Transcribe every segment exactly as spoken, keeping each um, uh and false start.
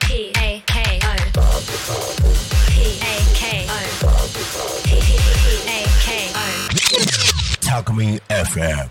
P A K O P A K O P A K O たくみ エフエム。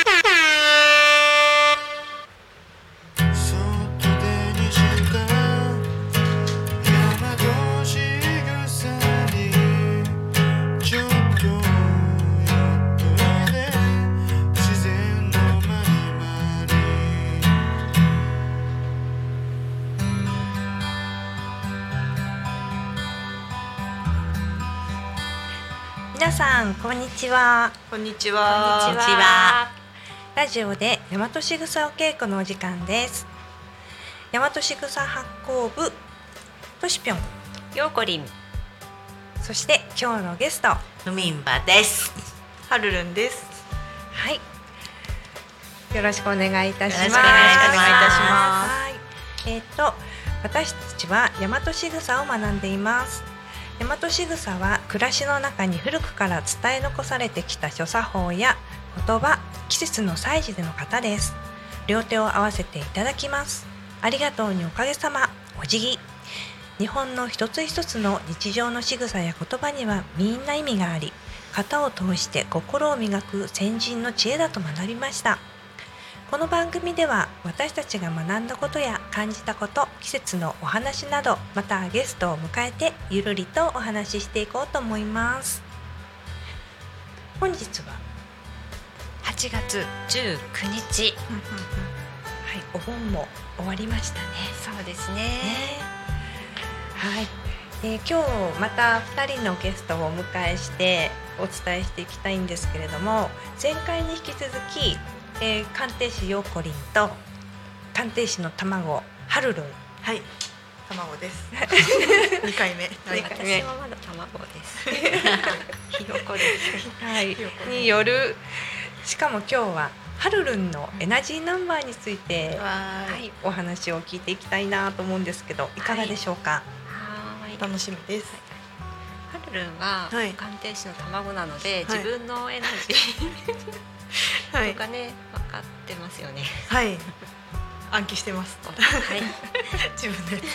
皆さんこんにちは。 こんにちは。 こんにちは。ラジオで大和しぐさお稽古のお時間です。大和しぐさ発行部としぴょん、 ようこりん、 そして今日のゲストふみんばです。 はるるんです。 はい、よろしくお願いいたします。 よろしくお願いいたしまはい、えっ、ー、と私たちは大和しぐさを学んでいます。大和しぐさは暮らしの中に古くから伝え残されてきた所作法や言葉、季節の祭事での方です。両手を合わせていただきます。ありがとうにおかげさま、お辞儀。日本の一つ一つの日常の仕草や言葉にはみんな意味があり、型を通して心を磨く先人の知恵だと学びました。この番組では私たちが学んだことや感じたこと、季節のお話など、またゲストを迎えてゆるりとお話ししていこうと思います。本日ははちがつじゅうくにち、 はい、お盆も終わりましたね。 そうですね。 ね、はい、えー、今日またふたりのゲストをお迎えしてお伝えしていきたいんですけれども、前回に引き続きえー、鑑定士ようこりんと鑑定士の卵はるるん。 はい、卵です。にかいめ。 はい、私はまだ卵です。ひよこです。 はい、による、しかも今日ははるるんのエナジーナンバーについて、はい、お話を聞いていきたいなと思うんですけど、いかがでしょうか。 はい、楽しみです。 はるるんは鑑定士の卵なので、はい、自分のエナジーはい、とかね、分かってますよね。 はい、暗記してます。はい、自分で。え、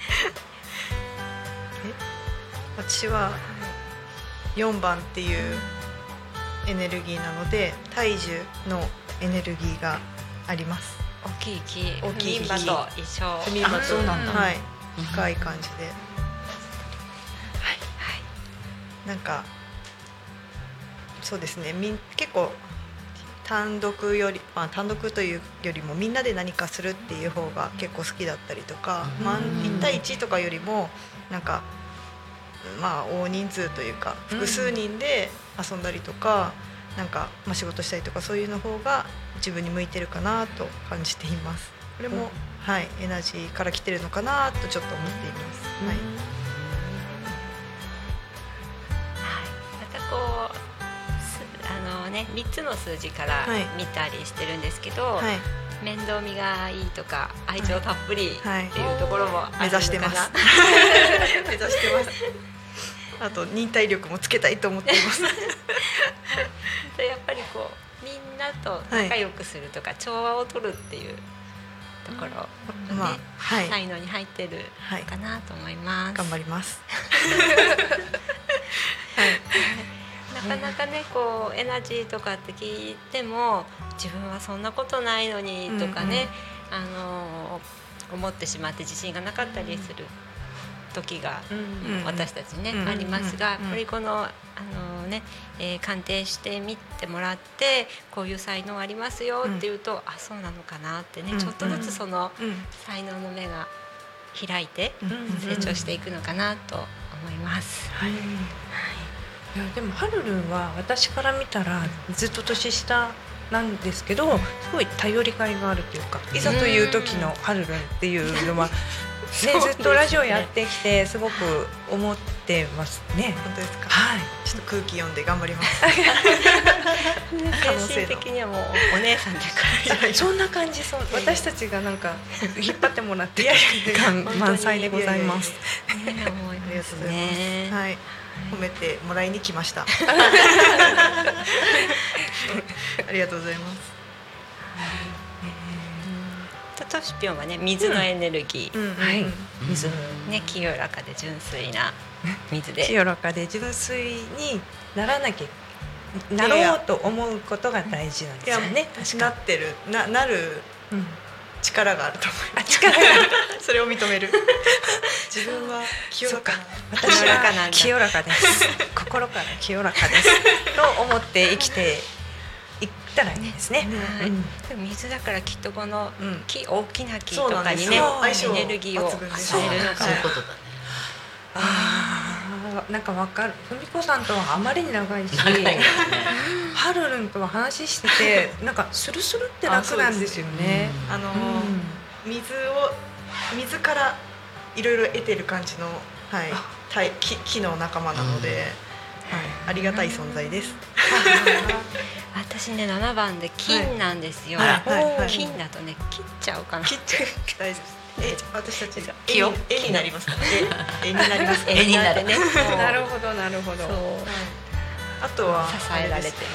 私はよんばんっていうエネルギーなので、体重のエネルギーがあります。 大きい木、 大きい木、 ふみんばと一緒。 ふみんばと、 そうなんだ。 はい、深い感じで。はい、はい、なんかそうですね。み結構。単独より、まあ、単独というよりもみんなで何かするっていう方が結構好きだったりとか、まあ、いちたいいちとかよりもなんか、まあ、大人数というか複数人で遊んだりとか、なんか、まあ、仕事したりとか、そういうの方が自分に向いてるかなと感じています。これも、はい、エナジーから来てるのかなとちょっと思っています。はい、 またこうあのね、みっつの数字から見たりしてるんですけど、はい、面倒見がいいとか愛情たっぷりっていうところもあるのかな、 目指してます目指してます。あと忍耐力もつけたいと思っていますやっぱりこうみんなと仲良くするとか、はい、調和を取るっていうところ、ね、まあはい、才能に入ってるかなと思います、はい、 頑張りますはいなかなかね、こうエナジーとかって聞いても自分はそんなことないのにとかね、うんうん、あの思ってしまって自信がなかったりする時が、うんうん、私たちね、うんうん、ありますが、やっぱりこの、あのねえー、鑑定してみてもらってこういう才能ありますよっていうと、うん、あ、そうなのかなってね、うん、ちょっとずつその才能の目が開いて成長していくのかなと思います。 はい、はい、いやでもはるるんは私から見たらずっと年下なんですけど、すごい頼りがいがあるというか、いざという時のはるるんっていうのは、ね、ずっとラジオやってきてすごく思ってますね。 本当ですか。 はい、 ちょっと空気読んで頑張ります精神的にはもうお姉さんだからそんな感じ。そう、私たちがなんか引っ張ってもらって感満載でございます。 ありがとうございますね。 はい、褒めてもらいに来ましたありがとうございます。 としぴょんはね、水のエネルギー、 うんうん、はい、 水、 ね、清らかで純粋な水で清らかで純粋にならなきゃなろうと思うことが大事なんですよね。 確かなってる な, なる力があると思います。 力があるそれを認める自分は清らかな私は清らかです心から清らかですと思って生きていったらいいですね。 ね、うん、でも水だからきっとこの木、うん、大きな木とかにねエネルギーを与えるのかそういうことだね。 ああ、なんかわかる。ふみこさんとはあまりに長いし、 長いね、 はるるんとは話しててなんかスルスルって楽なんですよね。 あのーうん、水を水からいろいろ得てる感じの、はい、木, 木の仲間なので、うん、はい、ありがたい存在です。 私ねななばんで金なんですよ。 はいはいはい、 金だとね切っちゃうかな。 切っちゃう大丈夫です。え、私たち木を絵になりますか。絵になります。 絵になるね。 なるほどなるほど。 あとは支えられてもらってるから。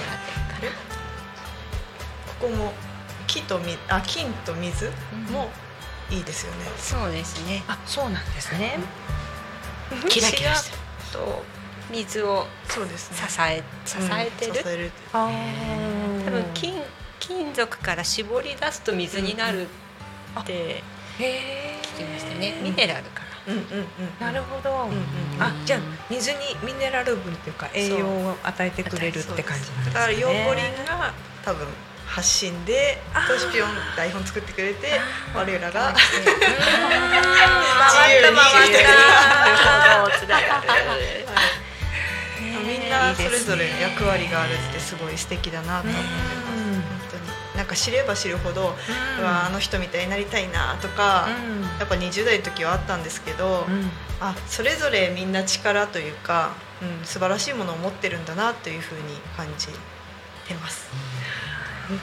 ここも木と水、あ、金と水もいいですよね。 そうですね。 あ、そうなんですね。 キラキラしてる。 と水をそうですね。 支え支えてる。 支える。 多分金金属から絞り出すと水になるって聞きましたね。ミネラルから。 うんうんうん。 なるほど。あ、じゃあ水にミネラル分っていうか栄養を与えてくれるって感じなんですね。 だからヨーコリンが多分発信でトシピョン台本作ってくれて我らが自由に回った。 みんなそれぞれ役割があるってすごい素敵だなと思ってます。本当になんか知れば知るほど、うん、あの人みたいになりたいなとか、うん、やっぱにじゅう代の時はあったんですけど、うん、あ、それぞれみんな力というか、うん、素晴らしいものを持ってるんだなというふうに感じてます。うん、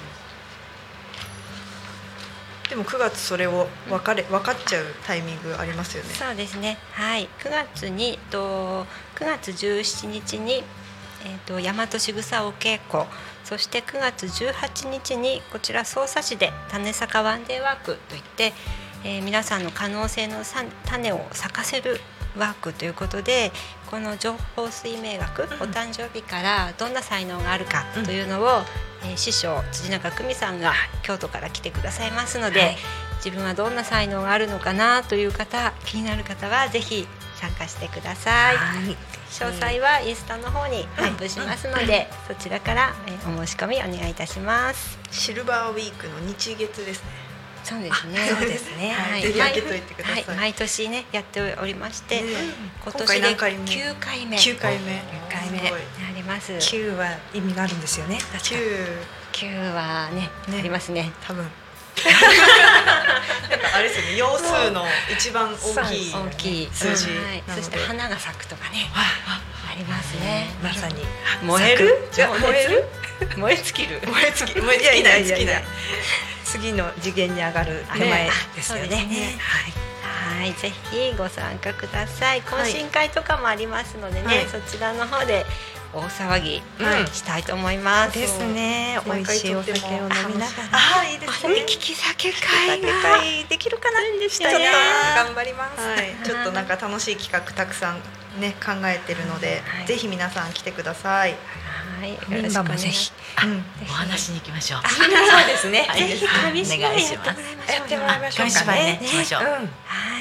でもくがつそれを分かれ分かっちゃうタイミングありますよね。 そうですね。はい。くがつにとくがつじゅうしちにちにえっと大和しぐさお稽古、そしてくがつじゅうはちにちにこちら匝瑳市で種坂ワンデーワークといって、えー、皆さんの可能性の種を咲かせるワークということで、この情報水明学、うん、お誕生日からどんな才能があるかというのを、うん、えー、師匠辻中久美さんが京都から来てくださいますので、はい、自分はどんな才能があるのかなという方、気になる方はぜひ参加してください。はい、詳細はインスタの方にアップしますので、うん、そちらから、えー、お申し込みお願いいたします。 シルバーウィークの日月ですね。 そうですね。 そうですね。 はい、ぜひ開けといてください。 はい、毎年ねやっておりまして、うん、今年できゅうかいめ。 きゅうかいめ。 きゅうかいめ。 あります。 きゅうは意味があるんですよね。 きゅう、 きゅうはね、ねありますね。 多分。なんかあれですよね。要数の一番大きい大きい数字、 うん、はい、そして花が咲くとかね。ありますね。 まさに燃える？ じゃ燃える？ 燃え尽きる？ 燃え尽き燃え尽きない尽きない。 次の次元に上がる手前ですよね。 はい、はい、ぜひご参加ください。懇親会とかもありますのでね、はい、そちらの方で大騒ぎしたいと思います。 うん、ですね。美味しいお酒を飲みながら。 ああ、いいですね。 利き酒会ができるかな。 したね。 頑張ります。 はい、ちょっとなんか楽しい企画たくさんね考えてるので、はい、ぜひ皆さん来てください。 はい、 メンバーもぜひ、 うん、お話に行きましょう。 そうですね。 ぜひ紙芝居やってもらいましょう。 やってもらいましょう。 紙芝居ね、しましょう。 はい。あ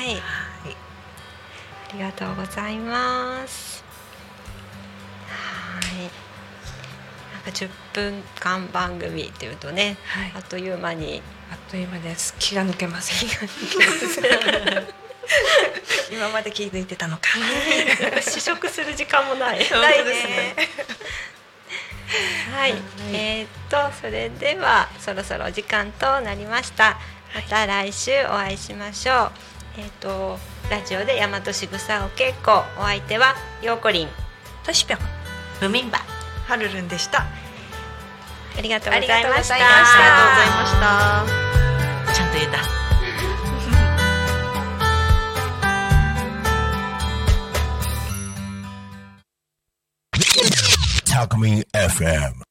りがとうございます。はい。なんかじゅっぷんかん番組っていうとね、あっという間にあっという間です。気が抜けません。今まで気づいてたのか。 試食する時間もない。 ないですね。 はい、えー、っとそれではそろそろお時間となりました。また来週お会いしましょう。えー、っとラジオで大和しぐさお稽古、お相手はようこりん、 としぴょん、 ふみんば、 はるるんでした。 ありがとうございました。 ありがとうございました。 ちゃんと言えた。 Talk Me エフエム